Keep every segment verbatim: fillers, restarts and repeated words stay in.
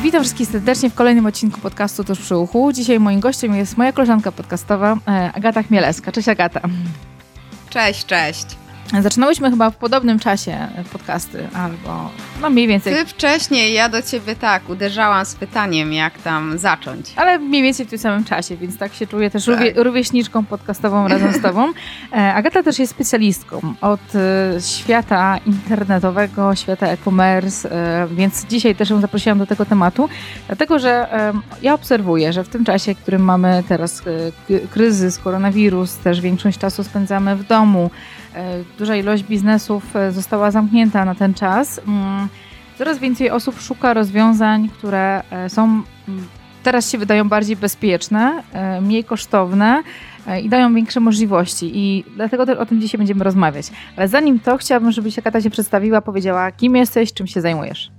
Witam wszystkich serdecznie w kolejnym odcinku podcastu Tuż przy uchu. Dzisiaj moim gościem jest moja koleżanka podcastowa Agata Chmielewska. Cześć Agata. Cześć, cześć. Zaczynałyśmy chyba w podobnym czasie podcasty, albo no mniej więcej. Ty wcześniej, ja do ciebie tak, uderzałam z pytaniem, jak tam zacząć. Ale mniej więcej w tym samym czasie, więc tak się czuję też tak. Rówie, rówieśniczką podcastową razem z tobą. Agata też jest specjalistką od świata internetowego, świata e-commerce, więc dzisiaj też ją zaprosiłam do tego tematu, dlatego że ja obserwuję, że w tym czasie, w którym mamy teraz kryzys, koronawirus, też większość czasu spędzamy w domu, duża ilość biznesów została zamknięta na ten czas. Coraz więcej osób szuka rozwiązań, które są teraz się wydają bardziej bezpieczne, mniej kosztowne i dają większe możliwości. I dlatego też o tym dzisiaj będziemy rozmawiać. Ale zanim to, chciałabym, żebyś Agata się przedstawiła, powiedziała, kim jesteś, czym się zajmujesz.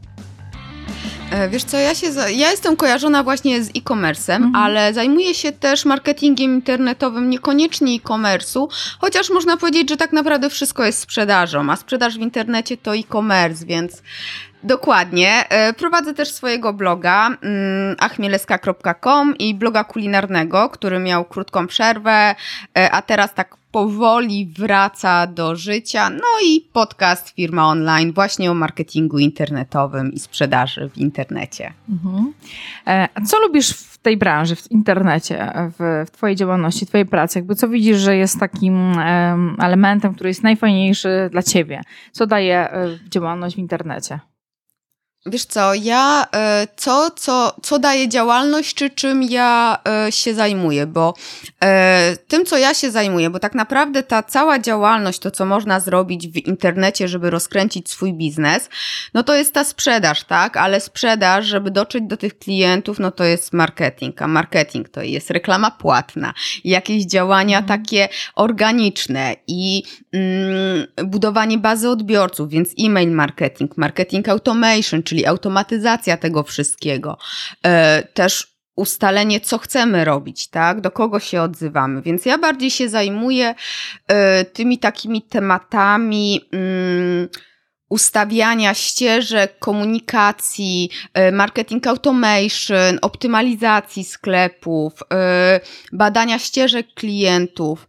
Wiesz co, ja, się, ja jestem kojarzona właśnie z e-commerce'em, mhm. ale zajmuję się też marketingiem internetowym, niekoniecznie e-commerce'u, chociaż można powiedzieć, że tak naprawdę wszystko jest sprzedażą, a sprzedaż w internecie to e-commerce, więc dokładnie. Prowadzę też swojego bloga a chmielewska kropka com i bloga kulinarnego, który miał krótką przerwę, a teraz tak powoli wraca do życia. No i podcast Firma Online właśnie o marketingu internetowym i sprzedaży w internecie. Mhm. A co lubisz w tej branży, w internecie, w, w twojej działalności, twojej pracy? Jakby co widzisz, że jest takim um, elementem, który jest najfajniejszy dla ciebie? Co daje um, działalność w internecie? Wiesz co, ja co, co, co daje działalność, czy czym ja się zajmuję, bo tym, co ja się zajmuję, bo tak naprawdę ta cała działalność, to co można zrobić w internecie, żeby rozkręcić swój biznes, no to jest ta sprzedaż, tak? Ale sprzedaż, żeby dotrzeć do tych klientów, no to jest marketing, a marketing to jest reklama płatna, jakieś działania mm. takie organiczne i mm, budowanie bazy odbiorców, więc e-mail marketing, marketing automation, czyli automatyzacja tego wszystkiego, e, też ustalenie, co chcemy robić, tak, do kogo się odzywamy, więc ja bardziej się zajmuję e, tymi takimi tematami mm, ustawiania ścieżek, komunikacji, e, marketing automation, optymalizacji sklepów, e, badania ścieżek klientów,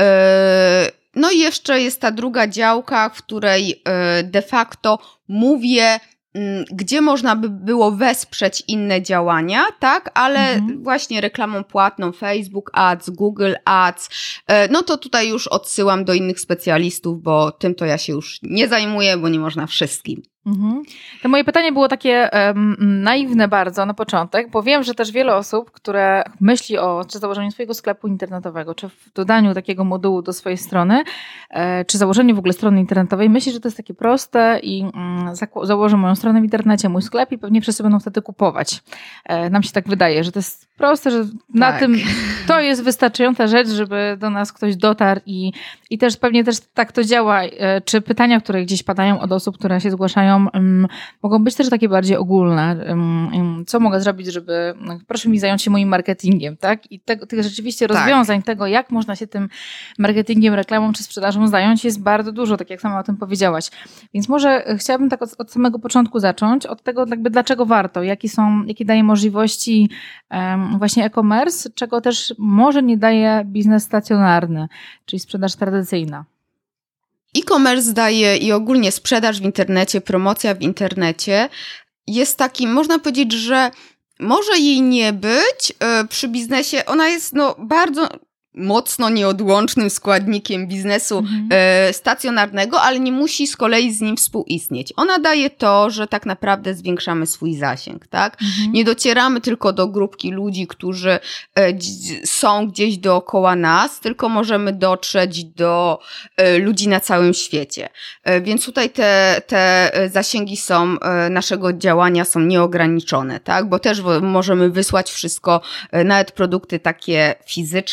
e, no i jeszcze jest ta druga działka, w której e, de facto mówię, gdzie można by było wesprzeć inne działania, tak, ale mhm. właśnie reklamą płatną, Facebook Ads, Google Ads, no to tutaj już odsyłam do innych specjalistów, bo tym to ja się już nie zajmuję, bo nie można wszystkim. Mhm. To moje pytanie było takie um, naiwne bardzo na początek, bo wiem, że też wiele osób, które myśli o czy założeniu swojego sklepu internetowego, czy w dodaniu takiego modułu do swojej strony, e, czy założeniu w ogóle strony internetowej, myśli, że to jest takie proste i mm, za- założę moją stronę w internecie, mój sklep i pewnie wszyscy będą wtedy kupować. E, nam się tak wydaje, że to jest proste, że na tak. tym to jest wystarczająca rzecz, żeby do nas ktoś dotarł i, i też pewnie też tak to działa. E, czy pytania, które gdzieś padają od osób, które się zgłaszają, Um, mogą być też takie bardziej ogólne. Um, um, co mogę zrobić, żeby... Proszę mi zająć się moim marketingiem, tak? I tego, tych rzeczywiście tak. rozwiązań, tego jak można się tym marketingiem, reklamą czy sprzedażą zająć jest bardzo dużo, tak jak sama o tym powiedziałaś. Więc może chciałabym tak od, od samego początku zacząć, od tego jakby dlaczego warto, jakie są, jakie daje możliwości um, właśnie e-commerce, czego też może nie daje biznes stacjonarny, czyli sprzedaż tradycyjna. E-commerce daje i ogólnie sprzedaż w internecie, promocja w internecie jest takim, można powiedzieć, że może jej nie być yy, przy biznesie, ona jest no bardzo mocno nieodłącznym składnikiem biznesu mhm. e, stacjonarnego, ale nie musi z kolei z nim współistnieć. Ona daje to, że tak naprawdę zwiększamy swój zasięg, tak? Mhm. Nie docieramy tylko do grupki ludzi, którzy e, dzi- są gdzieś dookoła nas, tylko możemy dotrzeć do e, ludzi na całym świecie. E, więc tutaj te, te zasięgi są, e, naszego działania są nieograniczone, tak? Bo też w, możemy wysłać wszystko, e, nawet produkty takie fizyczne, nie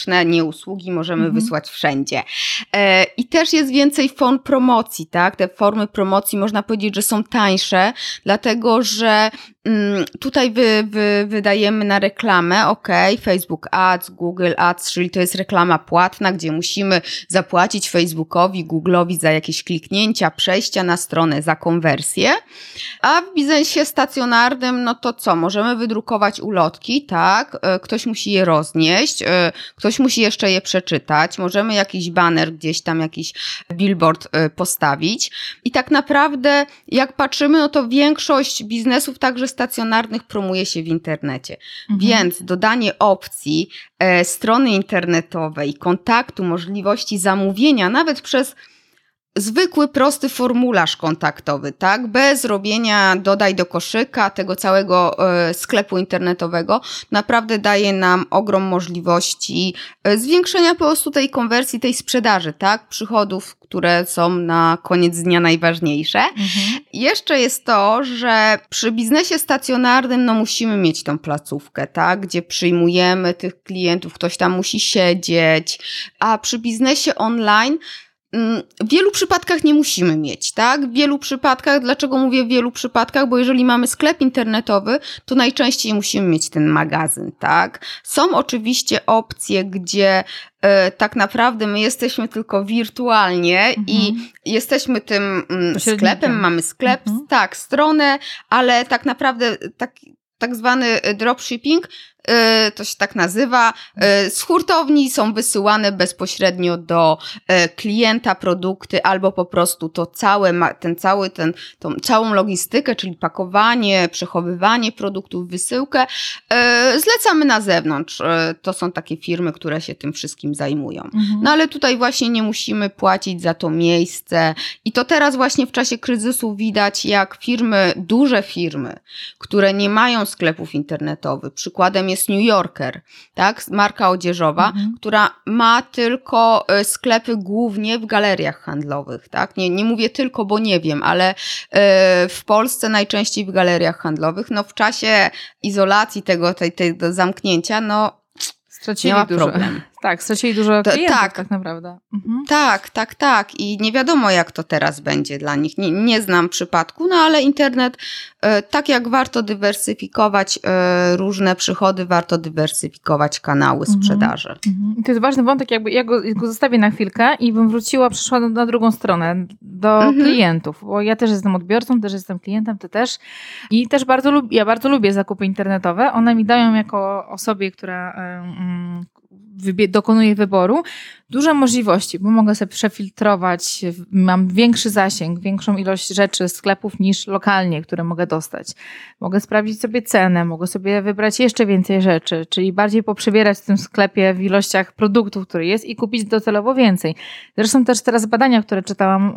usługi możemy mhm. wysłać wszędzie. E, I też jest więcej form promocji, tak? Te formy promocji można powiedzieć, że są tańsze, dlatego że mm, tutaj wy, wy, wydajemy na reklamę, ok, Facebook Ads, Google Ads, czyli to jest reklama płatna, gdzie musimy zapłacić Facebookowi, Google'owi za jakieś kliknięcia, przejścia na stronę, za konwersję, a w biznesie stacjonarnym, no to co? Możemy wydrukować ulotki, tak? Ktoś musi je roznieść, ktoś musi jeszcze je przeczytać, możemy jakiś baner gdzieś tam, jakiś billboard postawić i tak naprawdę jak patrzymy, no to większość biznesów także stacjonarnych promuje się w internecie, mhm. więc dodanie opcji e, strony internetowej, kontaktu, możliwości zamówienia, nawet przez zwykły, prosty formularz kontaktowy, tak? Bez robienia dodaj do koszyka tego całego e, sklepu internetowego, naprawdę daje nam ogrom możliwości e, zwiększenia po prostu tej konwersji, tej sprzedaży, tak? Przychodów, które są na koniec dnia najważniejsze. Mhm. Jeszcze jest to, że przy biznesie stacjonarnym no musimy mieć tą placówkę, tak? Gdzie przyjmujemy tych klientów, ktoś tam musi siedzieć, a przy biznesie online w wielu przypadkach nie musimy mieć, tak? W wielu przypadkach, dlaczego mówię w wielu przypadkach? Bo jeżeli mamy sklep internetowy, to najczęściej musimy mieć ten magazyn, tak? Są oczywiście opcje, gdzie e, tak naprawdę my jesteśmy tylko wirtualnie mhm. i jesteśmy tym mm, sklepem, mamy sklep, mhm. tak, stronę, ale tak naprawdę tak, tak zwany dropshipping, to się tak nazywa, z hurtowni są wysyłane bezpośrednio do klienta produkty albo po prostu to całe, ten cały, ten, tą całą logistykę, czyli pakowanie, przechowywanie produktów, wysyłkę zlecamy na zewnątrz. To są takie firmy, które się tym wszystkim zajmują. Mhm. No ale tutaj właśnie nie musimy płacić za to miejsce i to teraz właśnie w czasie kryzysu widać, jak firmy, duże firmy, które nie mają sklepów internetowych, przykładem jest New Yorker, tak, marka odzieżowa, mhm. która ma tylko sklepy głównie w galeriach handlowych, tak, nie, nie mówię tylko, bo nie wiem, ale w Polsce najczęściej w galeriach handlowych, no w czasie izolacji tego, tej, tego zamknięcia, no stracili miała dużo. problem. Tak, stracili dużo klientów tak, tak naprawdę. Mhm. Tak, tak, tak. I nie wiadomo, jak to teraz będzie dla nich. Nie, nie znam przypadku, no ale internet, e, tak jak warto dywersyfikować e, różne przychody, warto dywersyfikować kanały mhm. sprzedaży. Mhm. To jest ważny wątek, jakby ja go, go zostawię na chwilkę i bym wróciła, przyszła na drugą stronę, do mhm. klientów, bo ja też jestem odbiorcą, też jestem klientem, ty też. I też bardzo lub, ja bardzo lubię zakupy internetowe. One mi dają jako osobie, która um, wybie- dokonuje wyboru, duże możliwości, bo mogę sobie przefiltrować, mam większy zasięg, większą ilość rzeczy, sklepów niż lokalnie, które mogę dostać. Mogę sprawdzić sobie cenę, mogę sobie wybrać jeszcze więcej rzeczy, czyli bardziej poprzebierać w tym sklepie w ilościach produktów, które jest i kupić docelowo więcej. Zresztą też teraz badania, które czytałam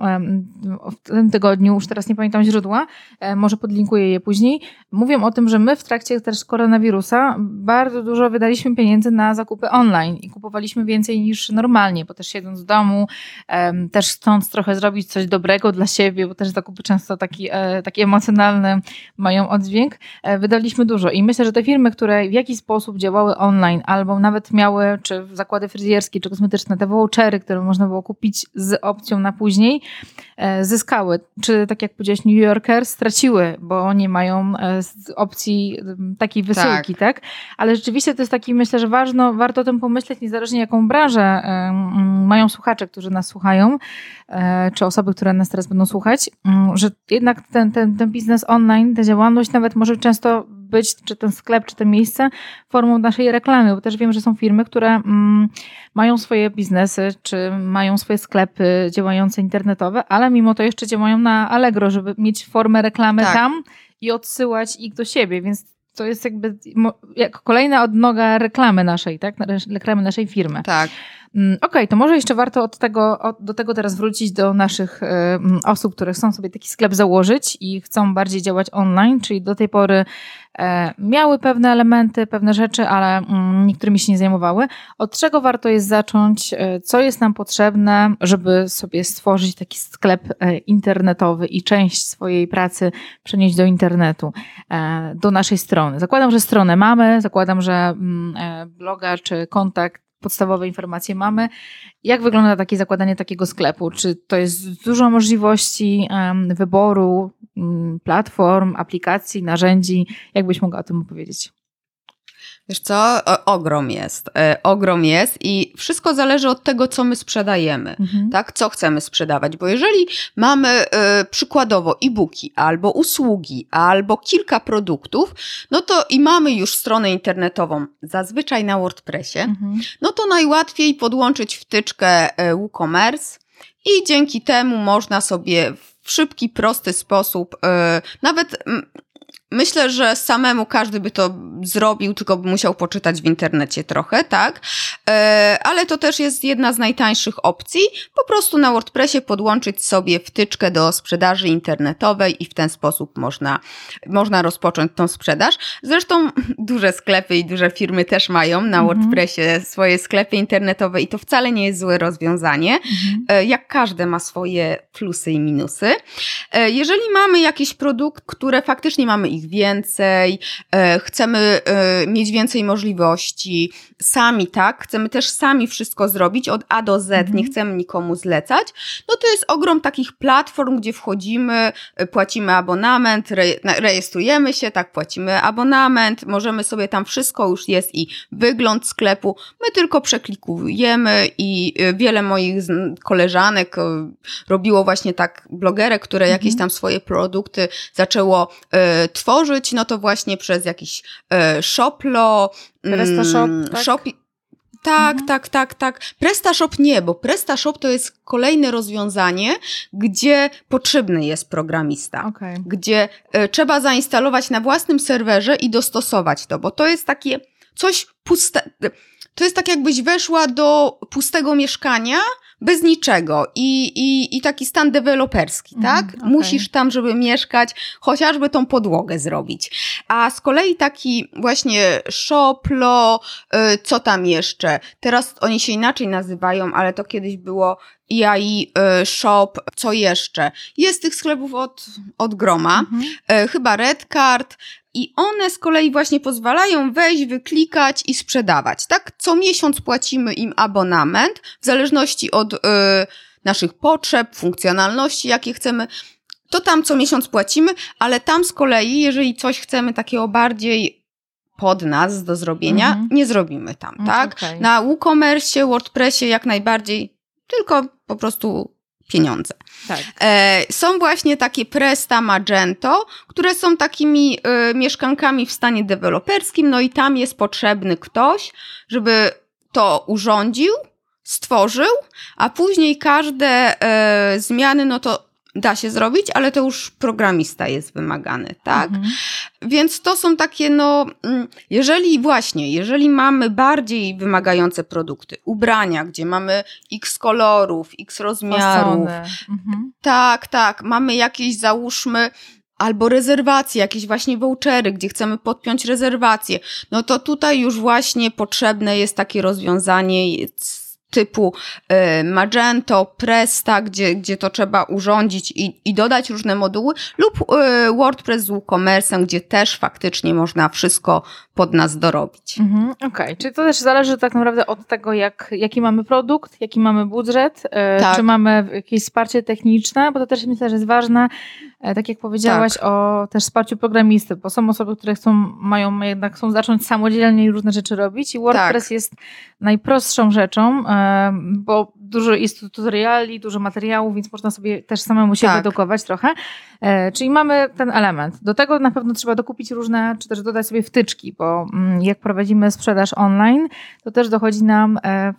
w tym tygodniu, już teraz nie pamiętam źródła, może podlinkuję je później, mówią o tym, że my w trakcie też koronawirusa bardzo dużo wydaliśmy pieniędzy na zakupy online i kupowaliśmy więcej niż normalnie, bo też siedząc w domu, um, też chcąc trochę zrobić coś dobrego dla siebie, bo też zakupy często taki, e, taki emocjonalny mają oddźwięk, e, wydaliśmy dużo. I myślę, że te firmy, które w jakiś sposób działały online, albo nawet miały, czy zakłady fryzjerskie, czy kosmetyczne, te vouchery, które można było kupić z opcją na później, e, zyskały. Czy tak jak powiedziałeś, New Yorker straciły, bo nie mają e, opcji takiej wysyłki, tak. tak? Ale rzeczywiście to jest taki, myślę, że ważno, warto o tym pomyśleć, niezależnie jaką branżę e, mają słuchacze, którzy nas słuchają, czy osoby, które nas teraz będą słuchać, że jednak ten, ten, ten biznes online, ta działalność nawet może często być, czy ten sklep, czy to miejsce formą naszej reklamy, bo też wiem, że są firmy, które mm, mają swoje biznesy, czy mają swoje sklepy działające internetowe, ale mimo to jeszcze działają na Allegro, żeby mieć formę reklamy tak. tam i odsyłać ich do siebie, więc to jest jakby jak kolejna odnoga reklamy naszej, tak? Reklamy naszej firmy. Tak. Okej, okay, to może jeszcze warto od tego, od, do tego teraz wrócić do naszych y, osób, które chcą sobie taki sklep założyć i chcą bardziej działać online, czyli do tej pory y, miały pewne elementy, pewne rzeczy, ale y, niektórymi się nie zajmowały. Od czego warto jest zacząć? Y, co jest nam potrzebne, żeby sobie stworzyć taki sklep y, internetowy i część swojej pracy przenieść do internetu, y, do naszej strony? Zakładam, że stronę mamy, zakładam, że y, bloga czy kontakt podstawowe informacje mamy. Jak wygląda takie zakładanie takiego sklepu? Czy to jest dużo możliwości um, wyboru um, platform, aplikacji, narzędzi? Jak byś mogła o tym opowiedzieć? Wiesz co, o, ogrom jest, e, ogrom jest i wszystko zależy od tego, co my sprzedajemy, mhm. tak, co chcemy sprzedawać, bo jeżeli mamy e, przykładowo e-booki, albo usługi, albo kilka produktów, no to i mamy już stronę internetową, zazwyczaj na WordPressie, mhm. no to najłatwiej podłączyć wtyczkę e, WooCommerce i dzięki temu można sobie w szybki, prosty sposób, e, nawet... M, Myślę, że samemu każdy by to zrobił, tylko by musiał poczytać w internecie trochę, tak? E, ale to też jest jedna z najtańszych opcji. Po prostu na WordPressie podłączyć sobie wtyczkę do sprzedaży internetowej i w ten sposób można, można rozpocząć tą sprzedaż. Zresztą duże sklepy i duże firmy też mają na mhm. WordPressie swoje sklepy internetowe i to wcale nie jest złe rozwiązanie. Mhm. E, jak każde ma swoje plusy i minusy. E, jeżeli mamy jakiś produkt, które faktycznie mamy ich więcej, e, chcemy e, mieć więcej możliwości sami, tak? Chcemy też sami wszystko zrobić od A do Z, mhm. nie chcemy nikomu zlecać, no to jest ogrom takich platform, gdzie wchodzimy, płacimy abonament, re, rejestrujemy się, tak, płacimy abonament, możemy sobie tam wszystko już jest i wygląd sklepu, my tylko przeklikujemy i wiele moich koleżanek robiło właśnie tak, blogerek, które mhm. jakieś tam swoje produkty zaczęło e, tworzyć, no to właśnie przez jakiś e, Shoplo, PrestaShop, tak? Shop, tak, mhm. tak, tak, tak. PrestaShop nie, bo PrestaShop to jest kolejne rozwiązanie, gdzie potrzebny jest programista, okay. gdzie e, trzeba zainstalować na własnym serwerze i dostosować to, bo to jest takie coś puste, to jest tak jakbyś weszła do pustego mieszkania, bez niczego i, i, i taki stan deweloperski, mm, tak? Okay. Musisz tam, żeby mieszkać, chociażby tą podłogę zrobić. A z kolei taki właśnie Shoplo, y, co tam jeszcze? Teraz oni się inaczej nazywają, ale to kiedyś było E I y, Shop, co jeszcze? Jest tych sklepów od, od groma, mm-hmm. y, chyba Redcard. I one z kolei właśnie pozwalają wejść, wyklikać i sprzedawać, tak? Co miesiąc płacimy im abonament, w zależności od y, naszych potrzeb, funkcjonalności, jakie chcemy, to tam co miesiąc płacimy, ale tam z kolei, jeżeli coś chcemy takiego bardziej pod nas do zrobienia, mm-hmm. nie zrobimy tam, tak? Okay. Na WooCommerce, WordPressie jak najbardziej, tylko po prostu pieniądze. Tak. E, są właśnie takie Presta, Magento, które są takimi e, mieszkankami w stanie deweloperskim, no i tam jest potrzebny ktoś, żeby to urządził, stworzył, a później każde e, zmiany, no to da się zrobić, ale to już programista jest wymagany, tak? Mhm. Więc to są takie, no, jeżeli właśnie, jeżeli mamy bardziej wymagające produkty, ubrania, gdzie mamy x kolorów, x rozmiarów, mhm. tak, tak, mamy jakieś, załóżmy, albo rezerwacje, jakieś właśnie vouchery, gdzie chcemy podpiąć rezerwację, no to tutaj już właśnie potrzebne jest takie rozwiązanie typu y, Magento, Presta, gdzie, gdzie to trzeba urządzić i, i dodać różne moduły, lub y, WordPress z WooCommerce'em, gdzie też faktycznie można wszystko pod nas dorobić. Mhm, Okej, okay. Czyli to też zależy tak naprawdę od tego, jak, jaki mamy produkt, jaki mamy budżet, y, tak. czy mamy jakieś wsparcie techniczne, bo to też myślę, że jest ważne, y, tak jak powiedziałaś, tak. o też wsparciu programisty, bo są osoby, które chcą, mają jednak chcą zacząć samodzielnie różne rzeczy robić i WordPress tak. jest najprostszą rzeczą, bo dużo jest tutoriali, dużo materiałów, więc można sobie też samemu się tak. wyedukować trochę. Czyli mamy ten element. Do tego na pewno trzeba dokupić różne, czy też dodać sobie wtyczki, bo jak prowadzimy sprzedaż online, to też dochodzi nam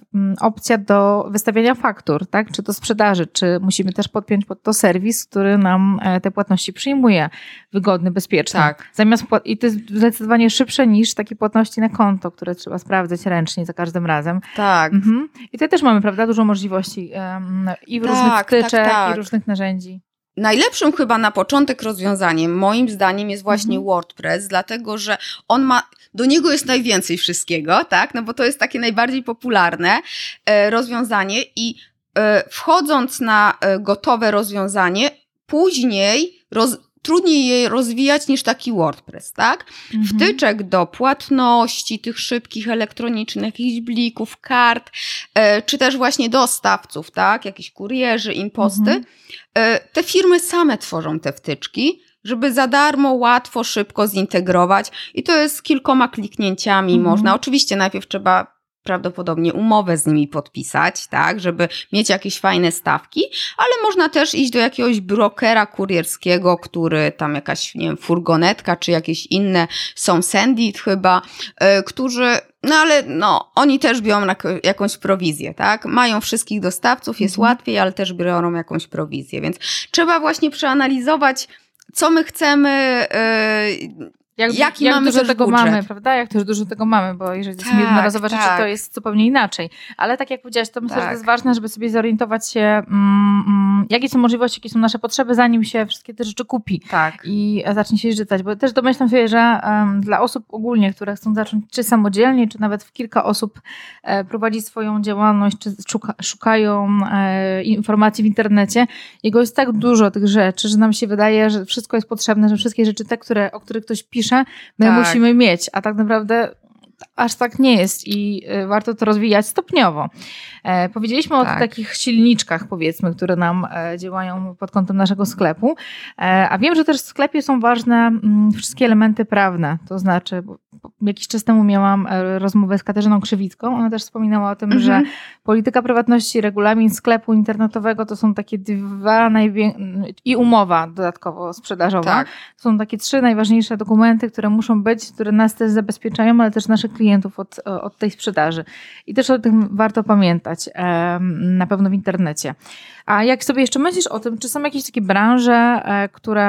opcja do wystawiania faktur, tak? Czy do sprzedaży, czy musimy też podpiąć pod to serwis, który nam te płatności przyjmuje, wygodny, bezpieczny. Tak. Zamiast płat- I to jest zdecydowanie szybsze niż takie płatności na konto, które trzeba sprawdzać ręcznie za każdym razem. Tak. Mhm. I tutaj też mamy, prawda, dużo możliwości um, i tak, różnych wtyczek, tak, tak. i różnych narzędzi. Najlepszym chyba na początek rozwiązaniem, moim zdaniem, jest właśnie mhm. WordPress, dlatego że on ma, do niego jest najwięcej wszystkiego, tak? No bo to jest takie najbardziej popularne e, rozwiązanie i e, wchodząc na e, gotowe rozwiązanie, później roz, trudniej je rozwijać niż taki WordPress, tak? Mhm. Wtyczek do płatności, tych szybkich elektronicznych, jakichś blików, kart, e, czy też właśnie dostawców, tak? Jakichś kurierzy, imposty. Mhm. E, te firmy same tworzą te wtyczki, żeby za darmo, łatwo, szybko zintegrować i to jest kilkoma kliknięciami mhm. można. Oczywiście najpierw trzeba prawdopodobnie umowę z nimi podpisać, tak, żeby mieć jakieś fajne stawki, ale można też iść do jakiegoś brokera kurierskiego, który tam jakaś, nie wiem, furgonetka, czy jakieś inne, są Sendit chyba, yy, którzy, no ale no, oni też biorą jakąś prowizję, tak, mają wszystkich dostawców, jest mhm. łatwiej, ale też biorą jakąś prowizję, więc trzeba właśnie przeanalizować, co my chcemy, yy, Jak, Jaki jak mamy dużo też tego budżet? mamy, prawda? Jak też dużo tego mamy, bo jeżeli to tak, są jednorazowe tak. rzeczy, to jest zupełnie inaczej. Ale tak jak powiedziałaś, to myślę, tak. że to jest ważne, żeby sobie zorientować się, mm, mm, jakie są możliwości, jakie są nasze potrzeby, zanim się wszystkie te rzeczy kupi. Tak. I zacznie się żytać. Bo też domyślam sobie, że um, dla osób ogólnie, które chcą zacząć czy samodzielnie, czy nawet w kilka osób e, prowadzić swoją działalność, czy szuka, szukają e, informacji w internecie, jego jest tak dużo tych rzeczy, że nam się wydaje, że wszystko jest potrzebne, że wszystkie rzeczy te, które, o których ktoś pisze, my tak. musimy mieć, a tak naprawdę aż tak nie jest i warto to rozwijać stopniowo. E, powiedzieliśmy tak. o takich silniczkach, powiedzmy, które nam e, działają pod kątem naszego sklepu, e, a wiem, że też w sklepie są ważne m, wszystkie elementy prawne, to znaczy, bo jakiś czas temu miałam rozmowę z Katarzyną Krzywicką, ona też wspominała o tym, mhm. że polityka prywatności, regulamin sklepu internetowego to są takie dwa największe, i umowa dodatkowo sprzedażowa, tak. to są takie trzy najważniejsze dokumenty, które muszą być, które nas też zabezpieczają, ale też naszych klientów od, od tej sprzedaży. I też o tym warto pamiętać na pewno w internecie. A jak sobie jeszcze myślisz o tym, czy są jakieś takie branże, które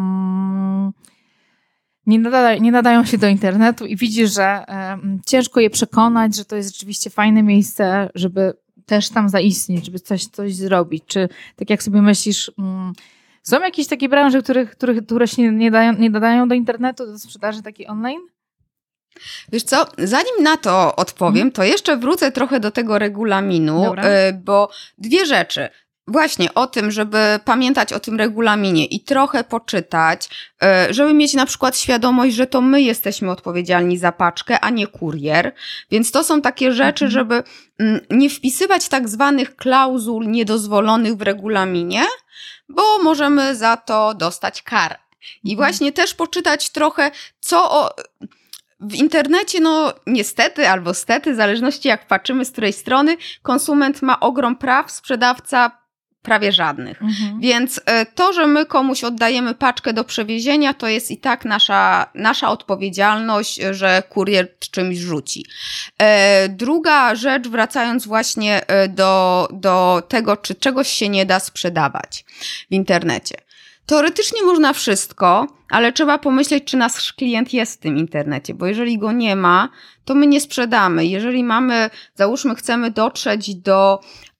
mm, nie, nada, nie nadają się do internetu i widzisz, że um, ciężko je przekonać, że to jest rzeczywiście fajne miejsce, żeby też tam zaistnieć, żeby coś, coś zrobić. Czy tak jak sobie myślisz, um, są jakieś takie branże, których, których, które się nie, dają, nie nadają do internetu, do sprzedaży takiej online? Wiesz co, zanim na to odpowiem, to jeszcze wrócę trochę do tego regulaminu, Dobra. bo dwie rzeczy. Właśnie o tym, żeby pamiętać o tym regulaminie i trochę poczytać, żeby mieć na przykład świadomość, że to my jesteśmy odpowiedzialni za paczkę, a nie kurier. Więc to są takie rzeczy, mhm. żeby nie wpisywać tak zwanych klauzul niedozwolonych w regulaminie, bo możemy za to dostać karę. I mhm. właśnie też poczytać trochę, co o... W internecie, no niestety albo stety, w zależności jak patrzymy z której strony, konsument ma ogrom praw, sprzedawca prawie żadnych. Mhm. Więc to, że my komuś oddajemy paczkę do przewiezienia, to jest i tak nasza, nasza odpowiedzialność, że kurier czymś rzuci. E, druga rzecz, wracając właśnie do, do tego, czy czegoś się nie da sprzedawać w internecie. Teoretycznie można wszystko, ale trzeba pomyśleć, czy nasz klient jest w tym internecie, bo jeżeli go nie ma, to my nie sprzedamy. Jeżeli mamy, załóżmy, chcemy dotrzeć do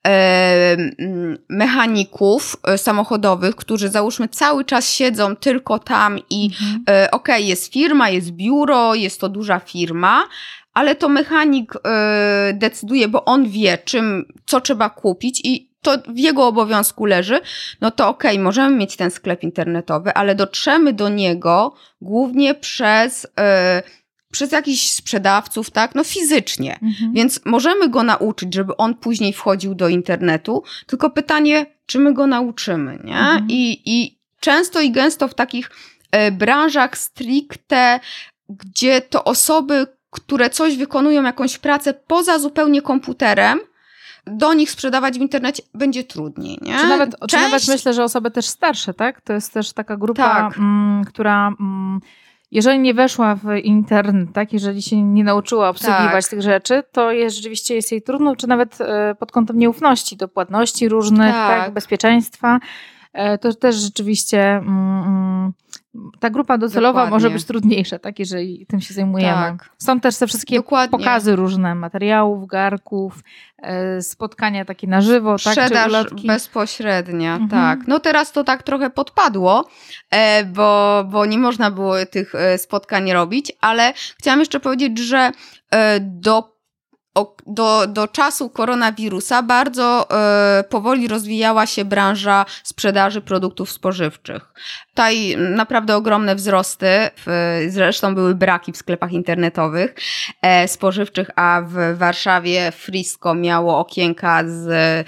e, mechaników samochodowych, którzy załóżmy cały czas siedzą tylko tam i mhm. e, okej, okay, jest firma, jest biuro, jest to duża firma, ale to mechanik e, decyduje, bo on wie, czym, co trzeba kupić i to w jego obowiązku leży, no to okej, okay, możemy mieć ten sklep internetowy, ale dotrzemy do niego głównie przez, yy, przez jakichś sprzedawców, tak, no fizycznie. Mhm. Więc możemy go nauczyć, żeby on później wchodził do internetu, tylko pytanie, czy my go nauczymy, nie? Mhm. I, i często i gęsto w takich yy, branżach stricte, gdzie to osoby, które coś wykonują, jakąś pracę poza zupełnie komputerem, do nich sprzedawać w internecie będzie trudniej, nie? Czy nawet, Część... czy nawet myślę, że osoby też starsze, tak? To jest też taka grupa, tak. m, która m, jeżeli nie weszła w internet, tak? Jeżeli się nie nauczyła obsługiwać tak. tych rzeczy, to jest, rzeczywiście jest jej trudno, czy nawet e, pod kątem nieufności do płatności różnych, tak. tak? Bezpieczeństwa. E, to też rzeczywiście mm, ta grupa docelowa Dokładnie. Może być trudniejsza, tak, jeżeli tym się zajmujemy. Tak. Są też te wszystkie Dokładnie. Pokazy różne, materiałów, garków, e, spotkania takie na żywo. Sprzedaż tak, czy bezpośrednia, mhm. tak. No teraz to tak trochę podpadło, e, bo, bo nie można było tych e, spotkań robić, ale chciałam jeszcze powiedzieć, że e, do do, do czasu koronawirusa bardzo e, powoli rozwijała się branża sprzedaży produktów spożywczych. Tutaj naprawdę ogromne wzrosty, w, zresztą były braki w sklepach internetowych e, spożywczych, a w Warszawie Frisco miało okienka z, e,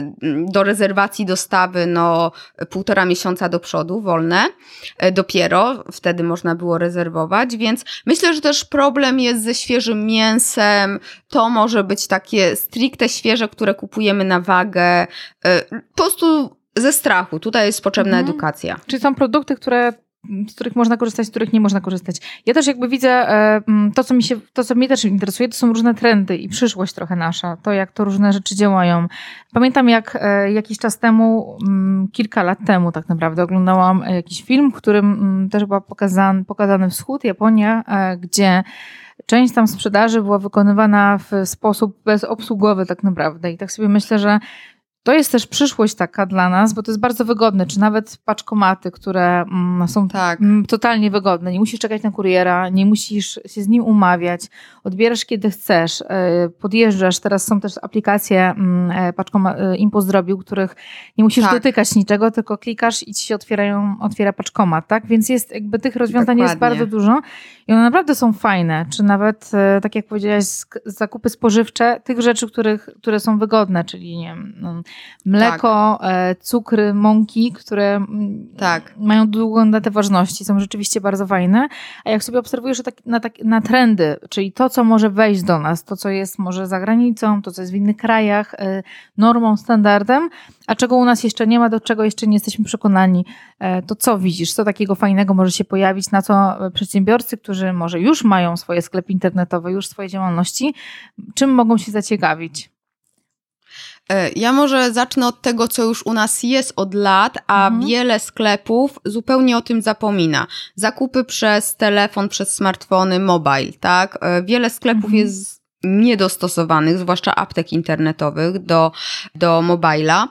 do rezerwacji dostawy no półtora miesiąca do przodu, wolne. E, dopiero wtedy można było rezerwować, więc myślę, że też problem jest ze świeżym mięsem. To może być takie stricte świeże, które kupujemy na wagę, po prostu ze strachu. Tutaj jest potrzebna mhm. edukacja. Czyli są produkty, które, z których można korzystać, z których nie można korzystać. Ja też jakby widzę to, co mi się, to, co mnie też interesuje, to są różne trendy i przyszłość trochę nasza. To, jak to różne rzeczy działają. Pamiętam, jak jakiś czas temu, kilka lat temu tak naprawdę, oglądałam jakiś film, w którym też był pokazany, pokazany wschód, Japonia, gdzie część tam sprzedaży była wykonywana w sposób bezobsługowy tak naprawdę. I tak sobie myślę, że to jest też przyszłość taka dla nas, bo to jest bardzo wygodne, czy nawet paczkomaty, które mm, są tak. m, totalnie wygodne. Nie musisz czekać na kuriera, nie musisz się z nim umawiać, odbierasz kiedy chcesz, y, podjeżdżasz. Teraz są też aplikacje y, paczkoma- y, Impost zrobił, których nie musisz tak. dotykać niczego, tylko klikasz i ci się otwierają, otwiera paczkomat, tak? Więc jest jakby tych rozwiązań Dokładnie. Jest bardzo dużo i one naprawdę są fajne, czy nawet, y, tak jak powiedziałaś, zakupy spożywcze, tych rzeczy, których, które są wygodne, czyli nie wiem, no, mleko, tak. cukry, mąki, które tak. mają długą datę ważności, są rzeczywiście bardzo fajne. A jak sobie obserwujesz na, na, na trendy, czyli to, co może wejść do nas, to, co jest może za granicą, to, co jest w innych krajach, normą, standardem, a czego u nas jeszcze nie ma, do czego jeszcze nie jesteśmy przekonani, to co widzisz? Co takiego fajnego może się pojawić, na co przedsiębiorcy, którzy może już mają swoje sklepy internetowe, już swoje działalności, czym mogą się zaciekawić? Ja może zacznę od tego, co już u nas jest od lat, a mhm. wiele sklepów zupełnie o tym zapomina. Zakupy przez telefon, przez smartfony, mobile, tak? Wiele sklepów mhm. jest niedostosowanych, zwłaszcza aptek internetowych do, do mobila,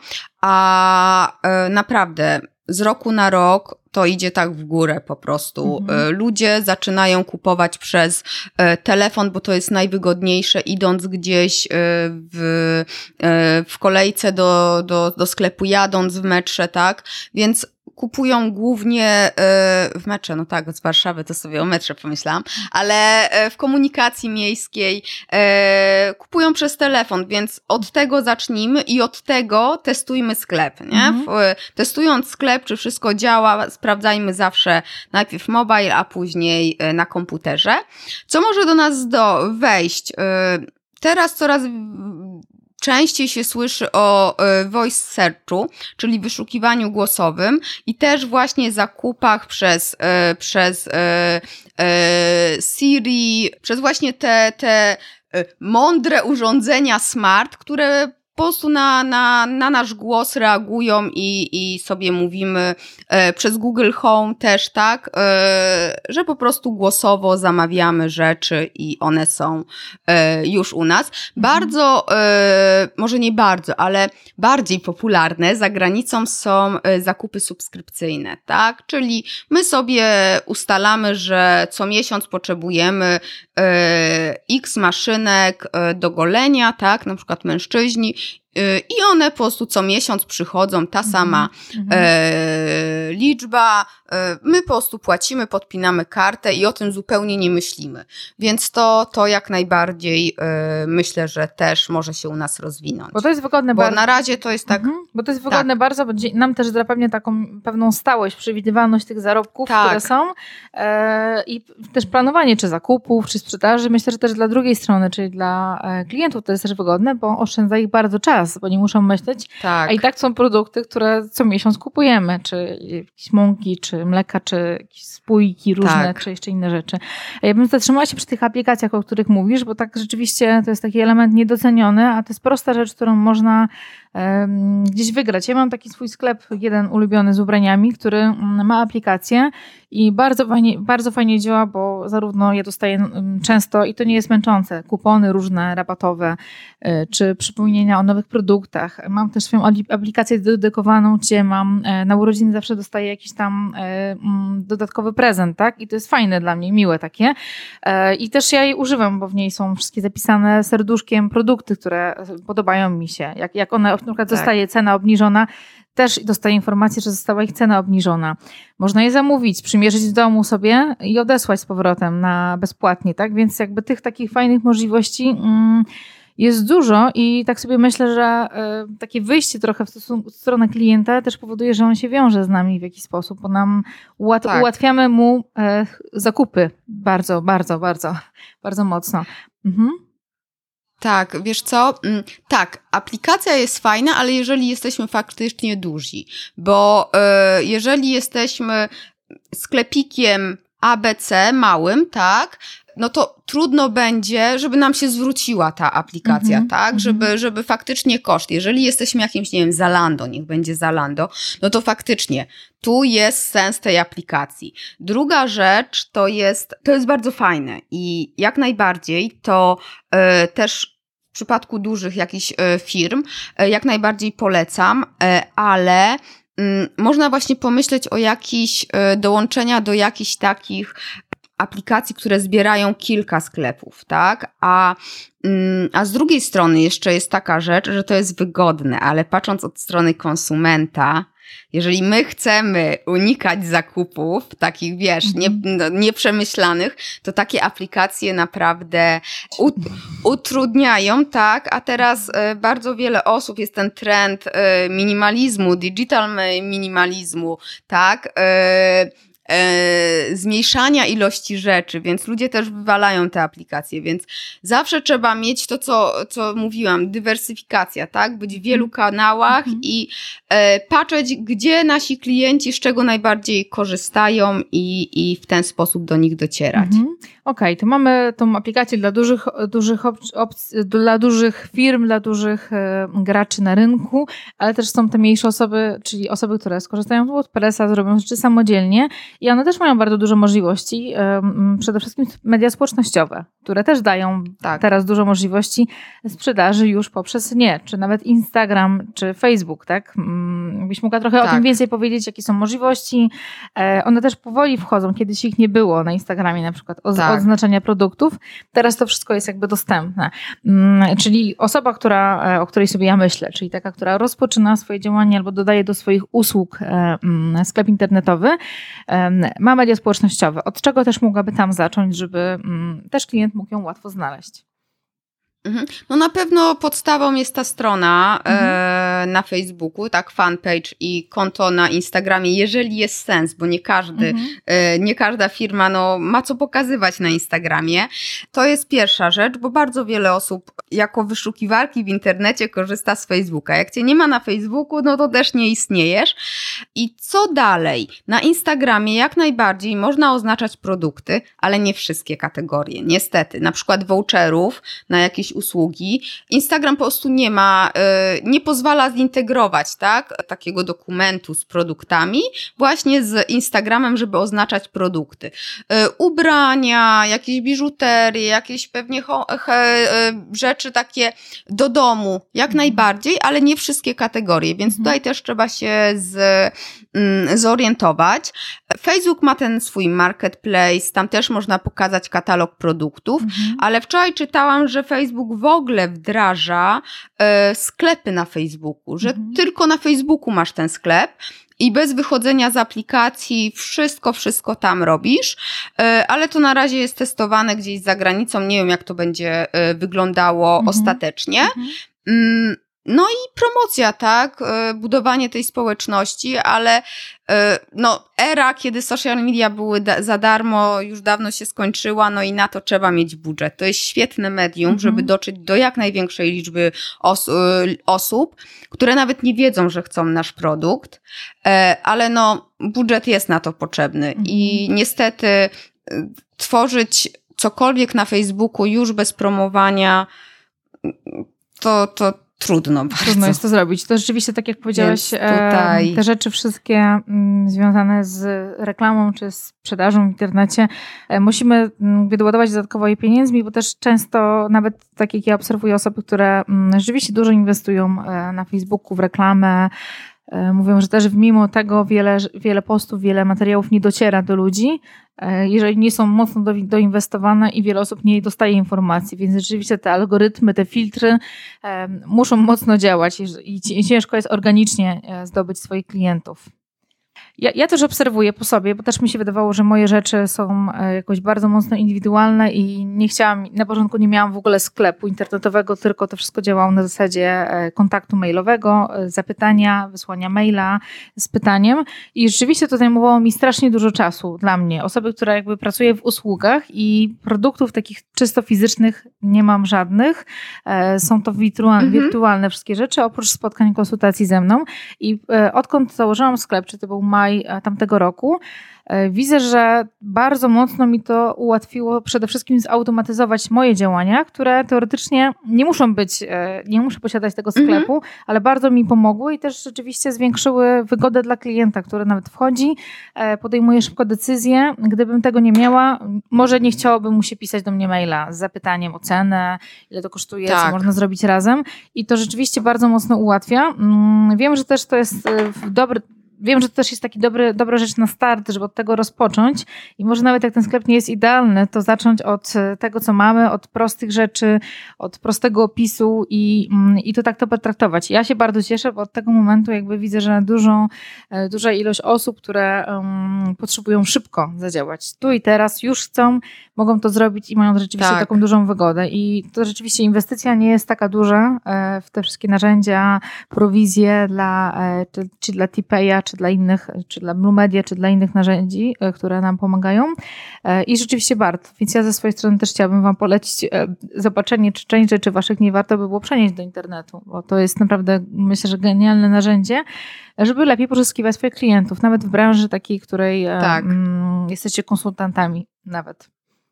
a e, naprawdę z roku na rok to idzie tak w górę po prostu. Mhm. Ludzie zaczynają kupować przez telefon, bo to jest najwygodniejsze, idąc gdzieś w, w kolejce do, do, do sklepu, jadąc w metrze, tak? Więc kupują głównie w metrze, no tak, z Warszawy to sobie o metrze pomyślałam, ale w komunikacji miejskiej kupują przez telefon, więc od tego zacznijmy i od tego testujmy sklep, nie? Mhm. Testując sklep, czy wszystko działa, sprawdzajmy zawsze najpierw mobile, a później na komputerze. Co może do nas do wejść? Teraz coraz częściej się słyszy o voice searchu, czyli wyszukiwaniu głosowym i też właśnie zakupach przez, przez Siri, przez właśnie te, te mądre urządzenia smart, które po prostu na, na, na nasz głos reagują i, i sobie mówimy e, przez Google Home też, tak, e, że po prostu głosowo zamawiamy rzeczy i one są e, już u nas. Bardzo, e, może nie bardzo, ale bardziej popularne za granicą są e, zakupy subskrypcyjne, tak, czyli my sobie ustalamy, że co miesiąc potrzebujemy e, x maszynek e, do golenia, tak, na przykład mężczyźni, i one po prostu co miesiąc przychodzą, ta sama mm-hmm. e, liczba, e, my po prostu płacimy, podpinamy kartę i o tym zupełnie nie myślimy. Więc to, to jak najbardziej e, myślę, że też może się u nas rozwinąć. Bo to jest wygodne bo bardzo. na razie to jest tak... Mm-hmm. Bo to jest wygodne tak. bardzo, bo nam też zapewnia taką pewną stałość, przewidywalność tych zarobków, tak. które są e, i też planowanie czy zakupów, czy sprzedaży. Myślę, że też dla drugiej strony, czyli dla klientów to jest też wygodne, bo oszczędza ich bardzo czas. Bo nie muszą myśleć, tak. a i tak są produkty, które co miesiąc kupujemy, czy jakieś mąki, czy mleka, czy jakieś spójki różne, tak. czy jeszcze inne rzeczy. Ja bym zatrzymała się przy tych aplikacjach, o których mówisz, bo tak rzeczywiście to jest taki element niedoceniony, a to jest prosta rzecz, którą można um, gdzieś wygrać. Ja mam taki swój sklep, jeden ulubiony z ubraniami, który ma aplikację i bardzo fajnie, bardzo fajnie działa, bo bo zarówno ja dostaję często, i to nie jest męczące, kupony różne rabatowe, czy przypomnienia o nowych produktach. Mam też swoją aplikację dedykowaną, gdzie mam na urodziny zawsze dostaję jakiś tam dodatkowy prezent, tak? I to jest fajne dla mnie, miłe takie. I też ja jej używam, bo w niej są wszystkie zapisane serduszkiem produkty, które podobają mi się. Jak, jak ona na przykład tak. zostaje cena obniżona, też dostaję informację, że została ich cena obniżona. Można je zamówić, przymierzyć w domu sobie i odesłać z powrotem na bezpłatnie, tak? Więc jakby tych takich fajnych możliwości mm, jest dużo i tak sobie myślę, że y, takie wyjście trochę w, stosunku, w stronę klienta też powoduje, że on się wiąże z nami w jakiś sposób, bo nam ułat- tak. ułatwiamy mu y, zakupy bardzo, bardzo, bardzo, bardzo mocno. Mhm. Tak, wiesz co? Tak, aplikacja jest fajna, ale jeżeli jesteśmy faktycznie duzi, bo y, jeżeli jesteśmy sklepikiem A B C małym, tak, no to trudno będzie, żeby nam się zwróciła ta aplikacja, mm-hmm, tak, mm-hmm. żeby, żeby faktycznie koszt, jeżeli jesteśmy jakimś, nie wiem, Zalando, niech będzie Zalando, no to faktycznie tu jest sens tej aplikacji. Druga rzecz to jest, to jest bardzo fajne i jak najbardziej to y, też w przypadku dużych jakichś y, firm y, jak najbardziej polecam, y, ale y, można właśnie pomyśleć o jakichś y, dołączenia do jakichś takich aplikacji, które zbierają kilka sklepów, tak? A, a z drugiej strony jeszcze jest taka rzecz, że to jest wygodne, ale patrząc od strony konsumenta, jeżeli my chcemy unikać zakupów takich, wiesz, nie, no, nieprzemyślanych, to takie aplikacje naprawdę ut, utrudniają, tak? A teraz y, bardzo wiele osób, jest ten trend y, minimalizmu, digital minimalizmu, tak? Y, Yy, zmniejszania ilości rzeczy, więc ludzie też wywalają te aplikacje, więc zawsze trzeba mieć to, co, co mówiłam, dywersyfikacja, tak? Być w wielu kanałach mm-hmm. i yy, patrzeć, gdzie nasi klienci z czego najbardziej korzystają i, i w ten sposób do nich docierać. Mm-hmm. Okej, okay, to mamy tą aplikację dla dużych, dużych opcji, dla dużych firm, dla dużych e, graczy na rynku, ale też są te mniejsze osoby, czyli osoby, które skorzystają z WordPressa, zrobią rzeczy samodzielnie i one też mają bardzo dużo możliwości, e, przede wszystkim media społecznościowe, które też dają tak. teraz dużo możliwości sprzedaży już poprzez nie, czy nawet Instagram, czy Facebook, tak? Byś mogła trochę tak. o tym więcej powiedzieć, jakie są możliwości. E, one też powoli wchodzą, kiedyś ich nie było na Instagramie na przykład, o, tak. odznaczenia produktów. Teraz to wszystko jest jakby dostępne. Czyli osoba, która, o której sobie ja myślę, czyli taka, która rozpoczyna swoje działanie albo dodaje do swoich usług sklep internetowy, ma media społecznościowe. Od czego też mogłaby tam zacząć, żeby też klient mógł ją łatwo znaleźć? No na pewno podstawą jest ta strona mhm. e, na Facebooku, tak, fanpage i konto na Instagramie, jeżeli jest sens, bo nie każdy, mhm. e, nie każda firma no, ma co pokazywać na Instagramie. To jest pierwsza rzecz, bo bardzo wiele osób jako wyszukiwarki w internecie korzysta z Facebooka. Jak cię nie ma na Facebooku, no to też nie istniejesz. I co dalej? Na Instagramie jak najbardziej można oznaczać produkty, ale nie wszystkie kategorie, niestety. Na przykład voucherów na jakieś usługi. Instagram po prostu nie ma, nie pozwala zintegrować, tak, takiego dokumentu z produktami właśnie z Instagramem, żeby oznaczać produkty. Ubrania, jakieś biżuterie, jakieś pewnie ho- he- rzeczy takie do domu, jak mhm. najbardziej, ale nie wszystkie kategorie, więc mhm. tutaj też trzeba się z, mm, zorientować. Facebook ma ten swój marketplace, tam też można pokazać katalog produktów, mhm. ale wczoraj czytałam, że Facebook w ogóle wdraża e, sklepy na Facebooku, że mhm. tylko na Facebooku masz ten sklep i bez wychodzenia z aplikacji wszystko, wszystko tam robisz, e, ale to na razie jest testowane gdzieś za granicą, nie wiem jak to będzie e, wyglądało mhm. ostatecznie. Mhm. Mm, no i promocja, tak, budowanie tej społeczności, ale no era, kiedy social media były da- za darmo, już dawno się skończyła, no i na to trzeba mieć budżet. To jest świetne medium, mhm. żeby dotrzeć do jak największej liczby os- osób, które nawet nie wiedzą, że chcą nasz produkt, ale no budżet jest na to potrzebny mhm. i niestety tworzyć cokolwiek na Facebooku już bez promowania, to, to trudno bardzo. Trudno jest to zrobić. To rzeczywiście, tak jak powiedziałaś, tutaj... te rzeczy wszystkie m, związane z reklamą czy sprzedażą w internecie, e, musimy m, doładować dodatkowo jej pieniędzmi, bo też często, nawet tak jak ja obserwuję osoby, które m, rzeczywiście dużo inwestują e, na Facebooku w reklamę, e, mówią, że też mimo tego wiele, wiele postów, wiele materiałów nie dociera do ludzi, jeżeli nie są mocno do, doinwestowane i wiele osób nie dostaje informacji, więc rzeczywiście te algorytmy, te filtry e, muszą mocno działać i, i ciężko jest organicznie zdobyć swoich klientów. Ja, ja też obserwuję po sobie, bo też mi się wydawało, że moje rzeczy są jakoś bardzo mocno indywidualne i nie chciałam, na początku nie miałam w ogóle sklepu internetowego, tylko to wszystko działało na zasadzie kontaktu mailowego, zapytania, wysłania maila z pytaniem i rzeczywiście to zajmowało mi strasznie dużo czasu dla mnie. Osoby, która jakby pracuje w usługach i produktów takich czysto fizycznych nie mam żadnych. Są to wirtualne, mhm. wirtualne wszystkie rzeczy, oprócz spotkań, konsultacji ze mną i odkąd założyłam sklep, czy to był maj tamtego roku, widzę, że bardzo mocno mi to ułatwiło przede wszystkim zautomatyzować moje działania, które teoretycznie nie muszą być, nie muszę posiadać tego sklepu, mm-hmm. ale bardzo mi pomogły i też rzeczywiście zwiększyły wygodę dla klienta, który nawet wchodzi, podejmuje szybko decyzję. Gdybym tego nie miała, może nie chciałoby mu się pisać do mnie maila z zapytaniem o cenę, ile to kosztuje, tak. co można zrobić razem i to rzeczywiście bardzo mocno ułatwia. Wiem, że też to jest dobry Wiem, że to też jest taki dobry, dobra rzecz na start, żeby od tego rozpocząć i może nawet jak ten sklep nie jest idealny, to zacząć od tego, co mamy, od prostych rzeczy, od prostego opisu i, i to tak to potraktować. Ja się bardzo cieszę, bo od tego momentu jakby widzę, że dużą, duża ilość osób, które um, potrzebują szybko zadziałać. Tu i teraz już chcą, mogą to zrobić i mają rzeczywiście tak. taką dużą wygodę i to rzeczywiście inwestycja nie jest taka duża w te wszystkie narzędzia, prowizje dla, czy, czy dla T-Paya, czy dla innych, czy dla Blue Media, czy dla innych narzędzi, które nam pomagają i rzeczywiście warto. Więc ja ze swojej strony też chciałabym wam polecić zobaczenie, czy część rzeczy waszych nie warto by było przenieść do internetu, bo to jest naprawdę, myślę, że genialne narzędzie, żeby lepiej pozyskiwać swoich klientów, nawet w branży takiej, której tak. um, jesteście konsultantami nawet.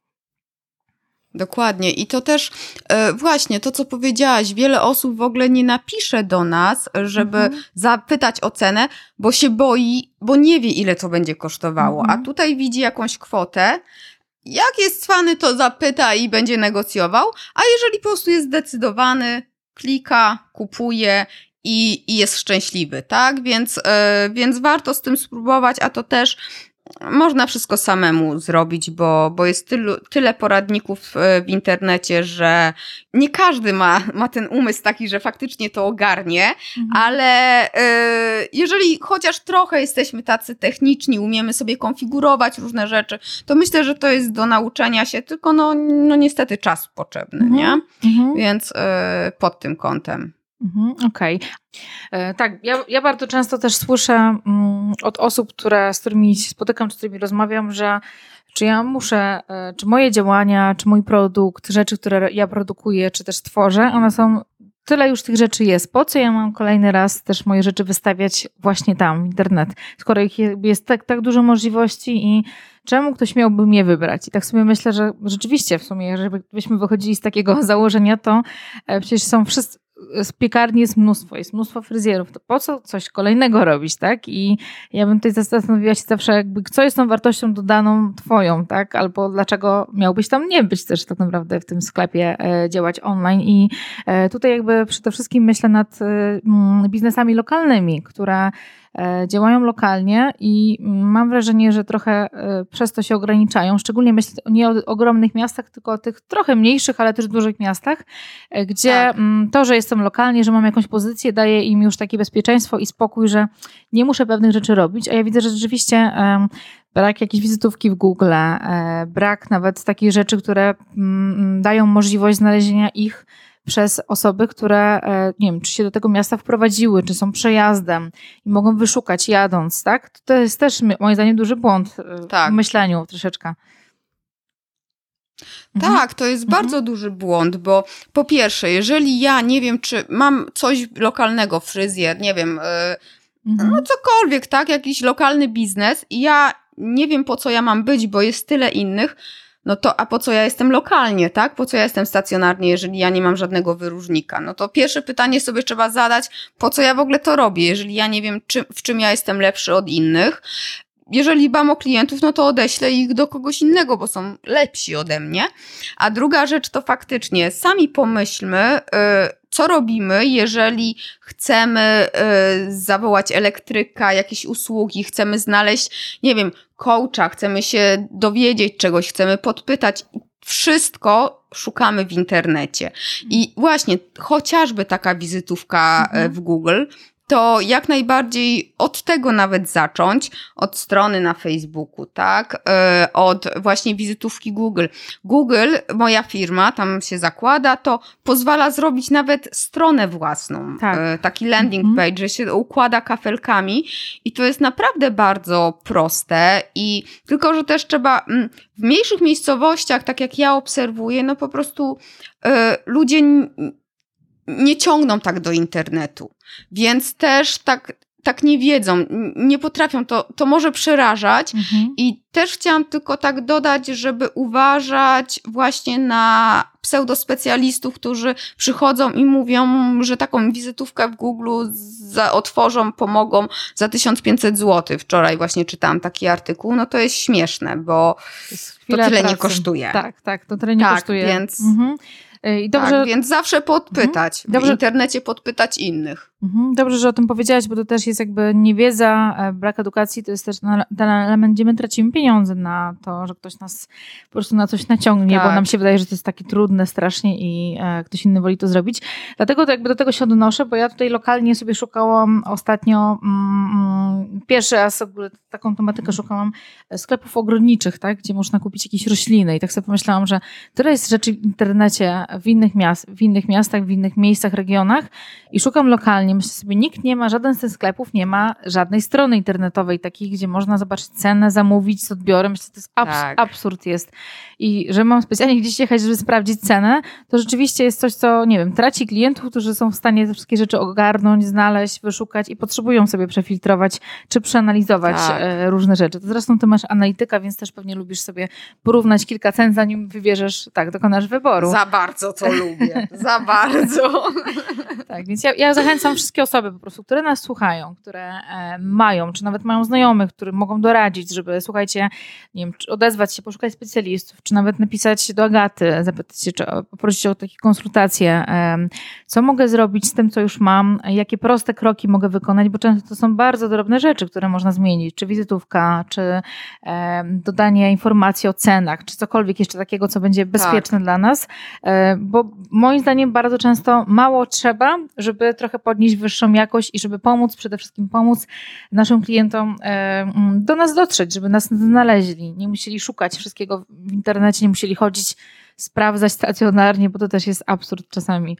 Dokładnie. I to też e, właśnie to, co powiedziałaś, wiele osób w ogóle nie napisze do nas, żeby mhm. zapytać o cenę, bo się boi, bo nie wie, ile to będzie kosztowało. Mhm. A tutaj widzi jakąś kwotę. Jak jest cwany, to zapyta i będzie negocjował. A jeżeli po prostu jest zdecydowany, klika, kupuje i, i jest szczęśliwy, tak? Więc, e, więc warto z tym spróbować, a to też można wszystko samemu zrobić, bo, bo jest tylu, tyle poradników w internecie, że nie każdy ma, ma ten umysł taki, że faktycznie to ogarnie, mhm. ale y, jeżeli chociaż trochę jesteśmy tacy techniczni, umiemy sobie konfigurować różne rzeczy, to myślę, że to jest do nauczenia się, tylko no, no niestety czas potrzebny, mhm. nie? Mhm. Więc y, pod tym kątem. Mhm, okej. Okay. Tak, ja, ja bardzo często też słyszę mm, od osób, które, z którymi się spotykam, czy z którymi rozmawiam, że czy ja muszę, czy moje działania, czy mój produkt, rzeczy, które ja produkuję, czy też tworzę, one są, tyle już tych rzeczy jest. Po co ja mam kolejny raz też moje rzeczy wystawiać właśnie tam, w internet, skoro ich jest tak, tak dużo możliwości i czemu ktoś miałby mnie wybrać? I tak sobie myślę, że rzeczywiście w sumie, jeżeli byśmy wychodzili z takiego założenia, to przecież są wszyscy, z piekarni jest mnóstwo, jest mnóstwo fryzjerów, to po co coś kolejnego robić, tak? I ja bym tutaj zastanowiła się zawsze, jakby, co jest tą wartością dodaną twoją, tak? Albo dlaczego miałbyś tam nie być też tak naprawdę w tym sklepie, e, działać online i e, tutaj jakby przede wszystkim myślę nad e, biznesami lokalnymi, które działają lokalnie i mam wrażenie, że trochę przez to się ograniczają, szczególnie myślę nie o ogromnych miastach, tylko o tych trochę mniejszych, ale też dużych miastach, gdzie tak. to, że jestem lokalnie, że mam jakąś pozycję, daje im już takie bezpieczeństwo i spokój, że nie muszę pewnych rzeczy robić, a ja widzę, że rzeczywiście brak jakiejś wizytówki w Google, brak nawet takich rzeczy, które dają możliwość znalezienia ich przez osoby, które, nie wiem, czy się do tego miasta wprowadziły, czy są przejazdem i mogą wyszukać jadąc, tak? To jest też moim zdaniem duży błąd tak. w myśleniu troszeczkę. Tak, to jest mhm. bardzo duży błąd, bo po pierwsze, jeżeli ja nie wiem, czy mam coś lokalnego, fryzjer, nie wiem, yy, mhm. no cokolwiek, tak, jakiś lokalny biznes i ja nie wiem, po co ja mam być, bo jest tyle innych, no to a po co ja jestem lokalnie, tak? Po co ja jestem stacjonarnie, jeżeli ja nie mam żadnego wyróżnika? No to pierwsze pytanie sobie trzeba zadać, po co ja w ogóle to robię, jeżeli ja nie wiem, czy, w czym ja jestem lepszy od innych. Jeżeli dbam o klientów, no to odeślę ich do kogoś innego, bo są lepsi ode mnie. A druga rzecz to faktycznie sami pomyślmy, co robimy, jeżeli chcemy zawołać elektryka, jakieś usługi, chcemy znaleźć, nie wiem, coacha, chcemy się dowiedzieć czegoś, chcemy podpytać. Wszystko szukamy w internecie. I właśnie chociażby taka wizytówka mhm. w Google, to jak najbardziej od tego nawet zacząć, od strony na Facebooku, tak, od właśnie wizytówki Google. Google, moja firma, tam się zakłada, to pozwala zrobić nawet stronę własną, tak. taki landing page, mm-hmm. że się układa kafelkami i to jest naprawdę bardzo proste i tylko, że też trzeba w mniejszych miejscowościach, tak jak ja obserwuję, no po prostu y, ludzie nie ciągną tak do internetu, więc też tak, tak nie wiedzą, nie potrafią, to, to może przerażać mhm. i też chciałam tylko tak dodać, żeby uważać właśnie na pseudospecjalistów, którzy przychodzą i mówią, że taką wizytówkę w Google za, otworzą, pomogą za tysiąc pięćset złotych. Wczoraj właśnie czytałam taki artykuł, no to jest śmieszne, bo to tyle pracy. nie kosztuje. Tak, tak, to tyle nie tak, kosztuje. Więc... Mhm. I dobrze, tak, więc zawsze podpytać, mhm. dobrze, w internecie podpytać innych. Mhm. Dobrze, że o tym powiedziałaś, bo to też jest jakby niewiedza, brak edukacji, to jest też ten element, gdzie my tracimy pieniądze na to, że ktoś nas po prostu na coś naciągnie, tak. bo nam się wydaje, że to jest takie trudne strasznie i e, ktoś inny woli to zrobić. Dlatego to jakby do tego się odnoszę, bo ja tutaj lokalnie sobie szukałam ostatnio, mm, pierwszy raz ogóle taką tematykę szukałam sklepów ogrodniczych, tak, gdzie można kupić jakieś rośliny i tak sobie pomyślałam, że tyle jest rzeczy w internecie, w innych, miast, w innych miastach, w innych miejscach, regionach i szukam lokalnie. Myślę sobie, nikt nie ma, żaden z tych sklepów nie ma żadnej strony internetowej takiej, gdzie można zobaczyć cenę, zamówić z odbiorem. Myślę, że to jest abs- tak. absurd jest. I że mam specjalnie gdzieś jechać, żeby sprawdzić cenę, to rzeczywiście jest coś, co, nie wiem, traci klientów, którzy są w stanie te wszystkie rzeczy ogarnąć, znaleźć, wyszukać i potrzebują sobie przefiltrować czy przeanalizować tak. różne rzeczy. To zresztą ty masz analityka, więc też pewnie lubisz sobie porównać kilka cen, zanim wybierzesz, tak, dokonasz wyboru. Za bardzo to lubię. Za bardzo. Tak, więc ja, ja zachęcam wszystkie osoby po prostu, które nas słuchają, które e, mają, czy nawet mają znajomych, którym mogą doradzić, żeby, słuchajcie, nie wiem, czy odezwać się, poszukać specjalistów, czy nawet napisać do Agaty, zapytać się, czy poprosić o takie konsultacje, e, co mogę zrobić z tym, co już mam, jakie proste kroki mogę wykonać, bo często to są bardzo drobne rzeczy, które można zmienić, czy wizytówka, czy e, dodanie informacji o cenach, czy cokolwiek jeszcze takiego, co będzie bezpieczne tak. dla nas, e, bo moim zdaniem bardzo często mało trzeba, żeby trochę podnieść wyższą jakość i żeby pomóc, przede wszystkim pomóc naszym klientom e, do nas dotrzeć, żeby nas znaleźli. Nie musieli szukać wszystkiego w internecie, nie musieli chodzić, sprawdzać stacjonarnie, bo to też jest absurd czasami.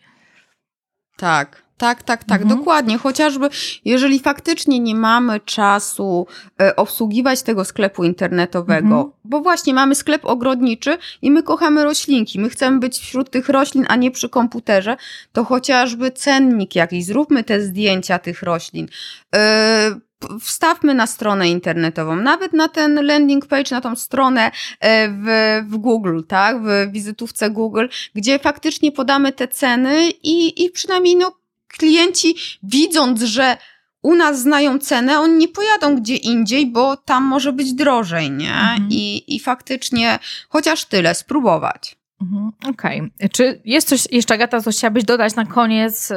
Tak. Tak, tak, tak, mhm. dokładnie. Chociażby jeżeli faktycznie nie mamy czasu e, obsługiwać tego sklepu internetowego, mhm. bo właśnie mamy sklep ogrodniczy i my kochamy roślinki, my chcemy być wśród tych roślin, a nie przy komputerze, to chociażby cennik jakiś, zróbmy te zdjęcia tych roślin, e, wstawmy na stronę internetową, nawet na ten landing page, na tą stronę w, w Google, tak, w wizytówce Google, gdzie faktycznie podamy te ceny i, i przynajmniej no klienci, widząc, że u nas znają cenę, oni nie pojadą gdzie indziej, bo tam może być drożej, nie? Mhm. I, I faktycznie chociaż tyle, spróbować. Mhm. Okej. Okay. Czy jest coś jeszcze, Agata, co chciałabyś dodać na koniec,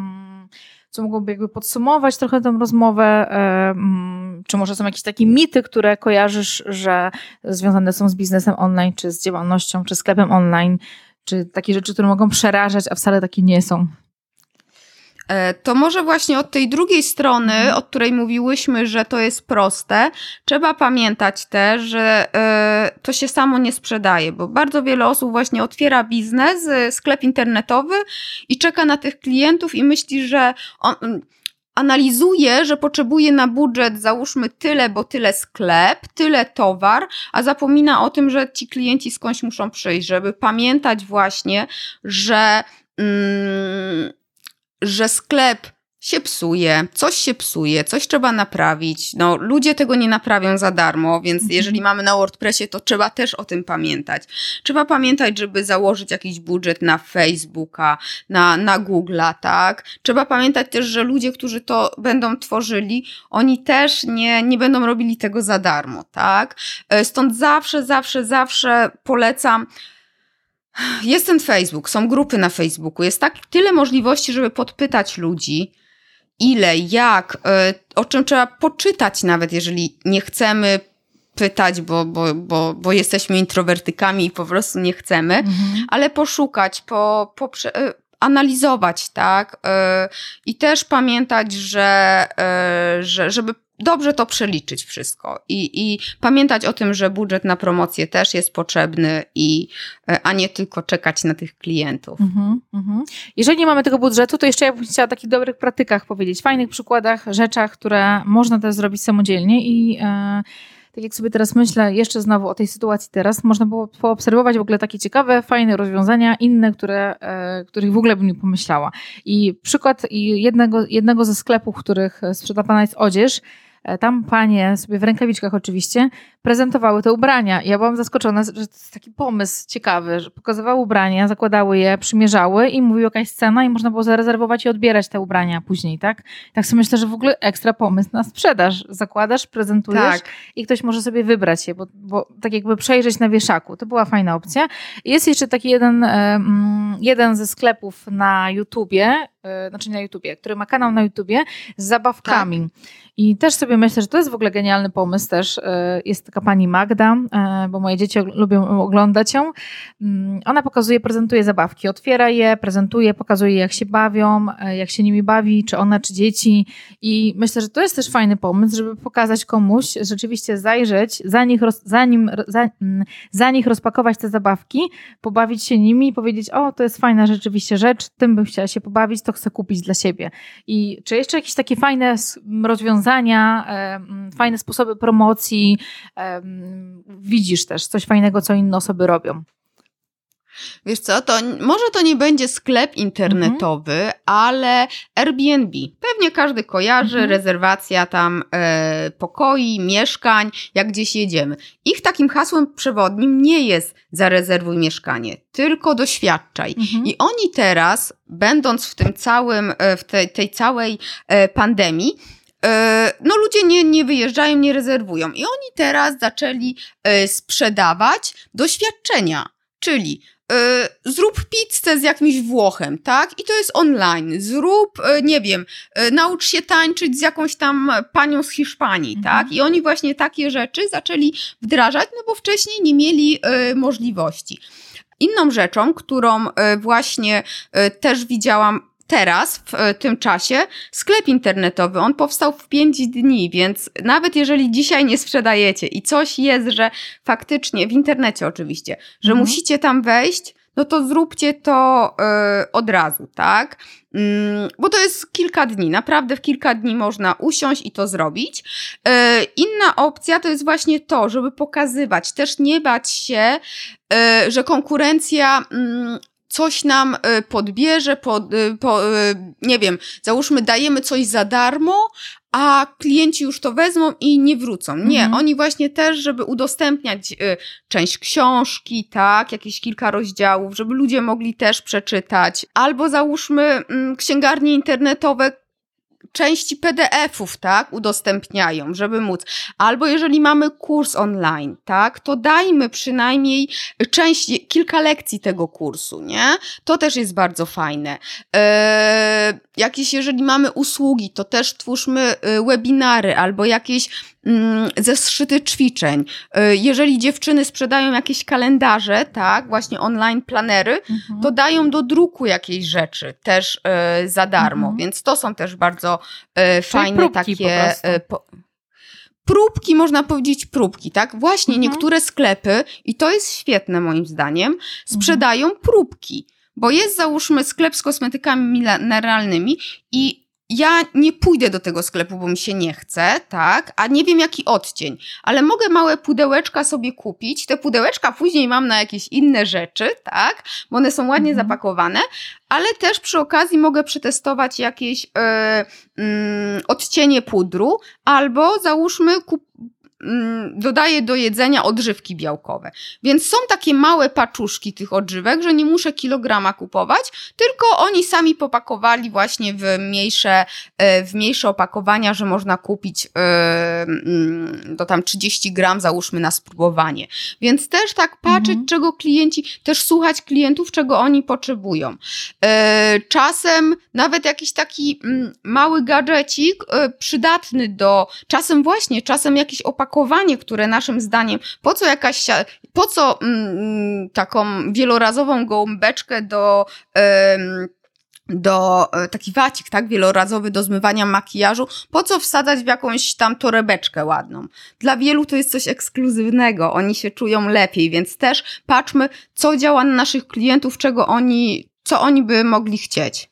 co mogłoby jakby podsumować trochę tę rozmowę? Czy może są jakieś takie mity, które kojarzysz, że związane są z biznesem online, czy z działalnością, czy sklepem online, czy takie rzeczy, które mogą przerażać, a wcale takie nie są? To może właśnie od tej drugiej strony, mhm. o której mówiłyśmy, że to jest proste, trzeba pamiętać też, że y, to się samo nie sprzedaje, bo bardzo wiele osób właśnie otwiera biznes, sklep internetowy i czeka na tych klientów i myśli, że on analizuje, że potrzebuje na budżet załóżmy tyle, bo tyle sklep, tyle towar, a zapomina o tym, że ci klienci skądś muszą przyjść, żeby pamiętać właśnie, że mm, że sklep się psuje, coś się psuje, coś trzeba naprawić. No, ludzie tego nie naprawią za darmo, więc mhm. jeżeli mamy na WordPressie, to trzeba też o tym pamiętać. Trzeba pamiętać, żeby założyć jakiś budżet na Facebooka, na, na Google'a, tak? Trzeba pamiętać też, że ludzie, którzy to będą tworzyli, oni też nie, nie będą robili tego za darmo, tak? Stąd zawsze, zawsze, zawsze polecam. Jest ten Facebook, są grupy na Facebooku, jest tak tyle możliwości, żeby podpytać ludzi, ile, jak, o czym trzeba poczytać nawet, jeżeli nie chcemy pytać, bo, bo, bo, bo jesteśmy introwertykami i po prostu nie chcemy, mhm. ale poszukać, po, po, analizować, tak? I też pamiętać, że, że żeby dobrze to przeliczyć wszystko i, i pamiętać o tym, że budżet na promocję też jest potrzebny, i, a nie tylko czekać na tych klientów. Mm-hmm, mm-hmm. Jeżeli nie mamy tego budżetu, to jeszcze ja bym chciała o takich dobrych praktykach powiedzieć, fajnych przykładach, rzeczach, które można też zrobić samodzielnie i e, tak jak sobie teraz myślę, jeszcze znowu o tej sytuacji teraz, można było poobserwować w ogóle takie ciekawe, fajne rozwiązania, inne, które, e, których w ogóle bym nie pomyślała. I przykład jednego, jednego ze sklepów, w których sprzedawana jest odzież, tam panie sobie w rękawiczkach oczywiście prezentowały te ubrania. Ja byłam zaskoczona, że to jest taki pomysł ciekawy, że pokazywały ubrania, zakładały je, przymierzały i mówiły jakaś cena i można było zarezerwować i odbierać te ubrania później, tak? Tak sobie myślę, że w ogóle ekstra pomysł na sprzedaż. Zakładasz, prezentujesz tak. i ktoś może sobie wybrać je, bo, bo tak jakby przejrzeć na wieszaku. To była fajna opcja. Jest jeszcze taki jeden, jeden ze sklepów na YouTubie, znaczy na YouTubie, który ma kanał na YouTubie z zabawkami. Tak. I też sobie myślę, że to jest w ogóle genialny pomysł też. Jest taka pani Magda, bo moje dzieci lubią oglądać ją. Ona pokazuje, prezentuje zabawki, otwiera je, prezentuje, pokazuje jak się bawią, jak się nimi bawi, czy ona, czy dzieci. I myślę, że to jest też fajny pomysł, żeby pokazać komuś, rzeczywiście zajrzeć, za nich, za nim, za, za nich rozpakować te zabawki, pobawić się nimi i powiedzieć, o, to jest fajna rzeczywiście rzecz, tym bym chciała się pobawić, to chcę kupić dla siebie. I czy jeszcze jakieś takie fajne rozwiązania, e, fajne sposoby promocji, e, widzisz też coś fajnego, co inne osoby robią? Wiesz co, to może to nie będzie sklep internetowy, mhm. ale Airbnb. Pewnie każdy kojarzy, mhm. rezerwacja tam e, pokoi, mieszkań, jak gdzieś jedziemy. Ich takim hasłem przewodnim nie jest zarezerwuj mieszkanie, tylko doświadczaj. Mhm. I oni teraz, będąc w tym całym, w tej, tej całej e, pandemii, no ludzie nie, nie wyjeżdżają, nie rezerwują. I oni teraz zaczęli e, sprzedawać doświadczenia, czyli Yy, zrób pizzę z jakimś Włochem, tak? I to jest online. Zrób, yy, nie wiem, yy, naucz się tańczyć z jakąś tam panią z Hiszpanii, mhm. tak? I oni właśnie takie rzeczy zaczęli wdrażać, no bo wcześniej nie mieli yy, możliwości. Inną rzeczą, którą yy, właśnie yy, też widziałam teraz, w tym czasie, sklep internetowy, on powstał w pięć dni, więc nawet jeżeli dzisiaj nie sprzedajecie i coś jest, że faktycznie, w internecie oczywiście, że mhm. musicie tam wejść, no to zróbcie to y, od razu, tak? Mm, bo to jest kilka dni, naprawdę w kilka dni można usiąść i to zrobić. Y, inna opcja to jest właśnie to, żeby pokazywać, też nie bać się, y, że konkurencja... Y, coś nam podbierze, pod, po, nie wiem, załóżmy dajemy coś za darmo, a klienci już to wezmą i nie wrócą. Nie, mhm. oni właśnie też, żeby udostępniać część książki, tak, jakieś kilka rozdziałów, żeby ludzie mogli też przeczytać. Albo załóżmy księgarnie internetowe, części P D F-ów, tak, udostępniają, żeby móc. Albo jeżeli mamy kurs online, tak, to dajmy przynajmniej część, kilka lekcji tego kursu, nie? To też jest bardzo fajne. Eee, jakieś, jeżeli mamy usługi, to też twórzmy webinary albo jakieś mm, zeszyty ćwiczeń. Eee, jeżeli dziewczyny sprzedają jakieś kalendarze, tak, właśnie online planery, mhm. to dają do druku jakieś rzeczy też e, za darmo, mhm. więc to są też bardzo e, fajne takie... E, po, próbki, można powiedzieć próbki, tak? Właśnie mhm. niektóre sklepy, i to jest świetne moim zdaniem, sprzedają mhm. próbki, bo jest załóżmy sklep z kosmetykami mineralnymi i ja nie pójdę do tego sklepu, bo mi się nie chce, tak, a nie wiem jaki odcień, ale mogę małe pudełeczka sobie kupić, te pudełeczka później mam na jakieś inne rzeczy, tak, bo one są ładnie mhm. zapakowane, ale też przy okazji mogę przetestować jakieś e, mm, odcienie pudru, albo załóżmy kup dodaję do jedzenia odżywki białkowe. Więc są takie małe paczuszki tych odżywek, że nie muszę kilograma kupować, tylko oni sami popakowali właśnie w mniejsze, w mniejsze opakowania, że można kupić do tam trzydzieści gram, załóżmy na spróbowanie. Więc też tak patrzeć, mhm. czego klienci, też słuchać klientów, czego oni potrzebują. Czasem nawet jakiś taki mały gadżecik przydatny do, czasem właśnie, czasem jakieś opakowanie, które naszym zdaniem, po co jakaś, po co mm, taką wielorazową gołąbeczkę do, ym, do taki wacik, tak, wielorazowy do zmywania makijażu, po co wsadzać w jakąś tam torebeczkę ładną. Dla wielu to jest coś ekskluzywnego, oni się czują lepiej, więc też patrzmy, co działa na naszych klientów, czego oni, co oni by mogli chcieć.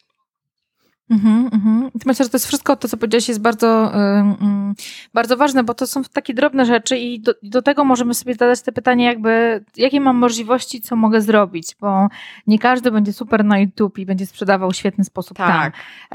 Mhm, mhm. Myślę, że to jest wszystko, to co powiedziałaś jest bardzo, um, bardzo ważne, bo to są takie drobne rzeczy i do, do tego możemy sobie zadać te pytanie jakby, jakie mam możliwości, co mogę zrobić, bo nie każdy będzie super na YouTube i będzie sprzedawał w świetny sposób tak. tam. E,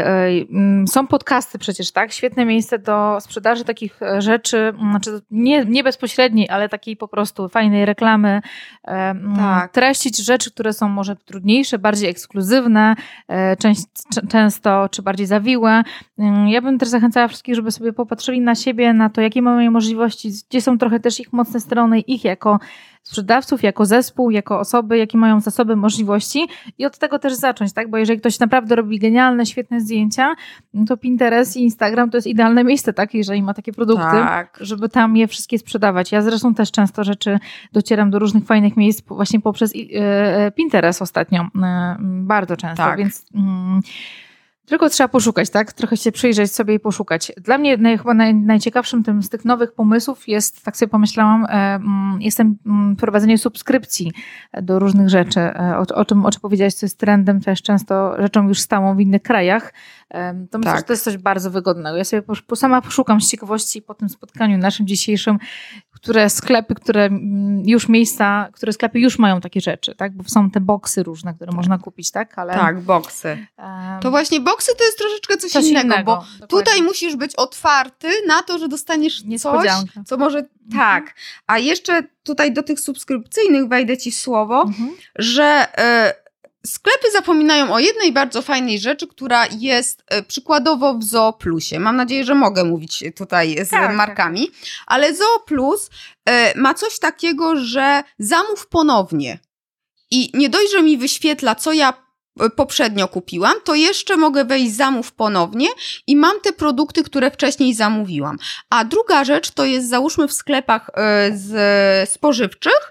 e, są podcasty przecież, tak? Świetne miejsce do sprzedaży takich rzeczy, znaczy nie, nie bezpośredniej, ale takiej po prostu fajnej reklamy, e, tak. treścić rzeczy, które są może trudniejsze, bardziej ekskluzywne, e, część, część często, czy bardziej zawiłe. Ja bym też zachęcała wszystkich, żeby sobie popatrzyli na siebie, na to, jakie mamy możliwości, gdzie są trochę też ich mocne strony, ich jako sprzedawców, jako zespół, jako osoby, jakie mają zasoby, możliwości i od tego też zacząć, tak? Bo jeżeli ktoś naprawdę robi genialne, świetne zdjęcia, to Pinterest i Instagram to jest idealne miejsce, tak? Jeżeli ma takie produkty, tak. żeby tam je wszystkie sprzedawać. Ja zresztą też często rzeczy docieram do różnych fajnych miejsc właśnie poprzez Pinterest ostatnio. Bardzo często, tak. więc... Mm, Tylko trzeba poszukać, tak? Trochę się przyjrzeć sobie i poszukać. Dla mnie naj, chyba naj, najciekawszym tym z tych nowych pomysłów jest, tak sobie pomyślałam, e, jestem prowadzenie subskrypcji do różnych rzeczy. E, o, o, czym, o czym powiedziałaś, co jest trendem, też często rzeczą już stałą w innych krajach. E, to myślę, tak. że to jest coś bardzo wygodnego. Ja sobie po, po, sama poszukam z ciekawości po tym spotkaniu naszym dzisiejszym, które sklepy, które już miejsca, które sklepy już mają takie rzeczy, tak? Bo są te boksy różne, które można kupić, tak? Ale, tak, boksy. Um, to właśnie boksy to jest troszeczkę coś, coś innego, innego, bo dokładnie. Tutaj musisz być otwarty na to, że dostaniesz coś, co może... Mhm. Tak. A jeszcze tutaj do tych subskrypcyjnych wejdę ci słowo, mhm. że... Y, sklepy zapominają o jednej bardzo fajnej rzeczy, która jest e, przykładowo w Zooplusie. Mam nadzieję, że mogę mówić tutaj z tak, markami, tak. ale Zooplus e, ma coś takiego, że zamów ponownie. I nie dość, że mi wyświetla, co ja poprzednio kupiłam, to jeszcze mogę wejść zamów ponownie i mam te produkty, które wcześniej zamówiłam. A druga rzecz to jest, załóżmy w sklepach e, z spożywczych,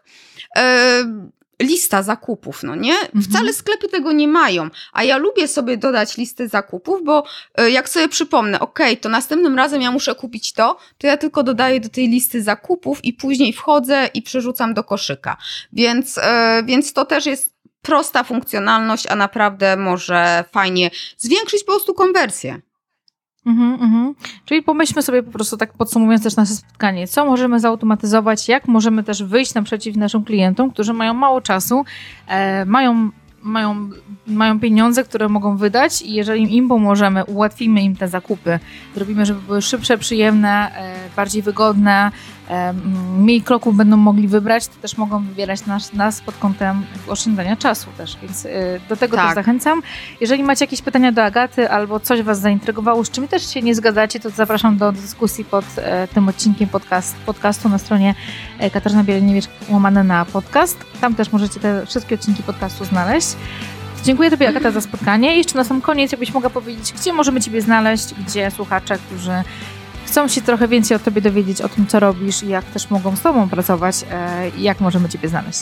e, lista zakupów, no nie? Wcale mhm. sklepy tego nie mają, a ja lubię sobie dodać listę zakupów, bo jak sobie przypomnę, okej, okay, to następnym razem ja muszę kupić to, to ja tylko dodaję do tej listy zakupów i później wchodzę i przerzucam do koszyka. Więc, yy, więc to też jest prosta funkcjonalność, a naprawdę może fajnie zwiększyć po prostu konwersję. Mhm, mhm. Czyli pomyślmy sobie po prostu tak podsumowując też nasze spotkanie, co możemy zautomatyzować, jak możemy też wyjść naprzeciw naszym klientom, którzy mają mało czasu, e, mają, mają, mają pieniądze, które mogą wydać i jeżeli im pomożemy, ułatwimy im te zakupy, zrobimy, żeby były szybsze, przyjemne, e, bardziej wygodne, e, mniej kroków będą mogli wybrać, to też mogą wybierać nas, nas pod kątem oszczędzania czasu też, więc e, do tego tak. też zachęcam. Jeżeli macie jakieś pytania do Agaty albo coś was zaintrygowało, z czym też się nie zgadzacie, to zapraszam do dyskusji pod e, tym odcinkiem podcast, podcastu na stronie e, Katarzyna Bieleniewicz łamane na podcast. Tam też możecie te wszystkie odcinki podcastu znaleźć. Dziękuję Tobie, Agata, za spotkanie. I jeszcze na sam koniec, jakbyś mogła powiedzieć, gdzie możemy Ciebie znaleźć, gdzie słuchacze, którzy chcą się trochę więcej o Tobie dowiedzieć, o tym, co robisz i jak też mogą z Tobą pracować, jak możemy Ciebie znaleźć?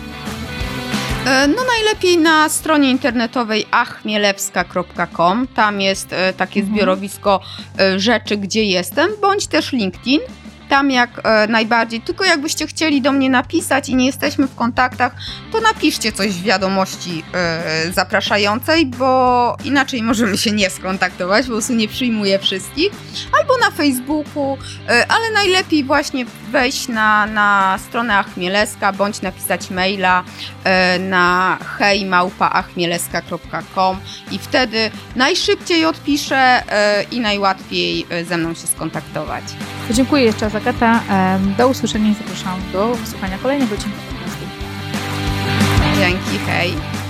No najlepiej na stronie internetowej achmielewska kropka com. Tam jest takie mhm. zbiorowisko rzeczy, gdzie jestem, bądź też LinkedIn. tam jak e, najbardziej. Tylko jakbyście chcieli do mnie napisać i nie jesteśmy w kontaktach, to napiszcie coś w wiadomości e, zapraszającej, bo inaczej możemy się nie skontaktować, po prostu nie przyjmuję wszystkich. Albo na Facebooku, e, ale najlepiej właśnie wejść na, na stronę Achmieleska, bądź napisać maila e, na hej małpa achmieleska kropka com i wtedy najszybciej odpiszę e, i najłatwiej e, ze mną się skontaktować. To dziękuję jeszcze raz, Agata. Do usłyszenia i zapraszam do wysłuchania kolejnego odcinka podcastu. Dzięki, hej.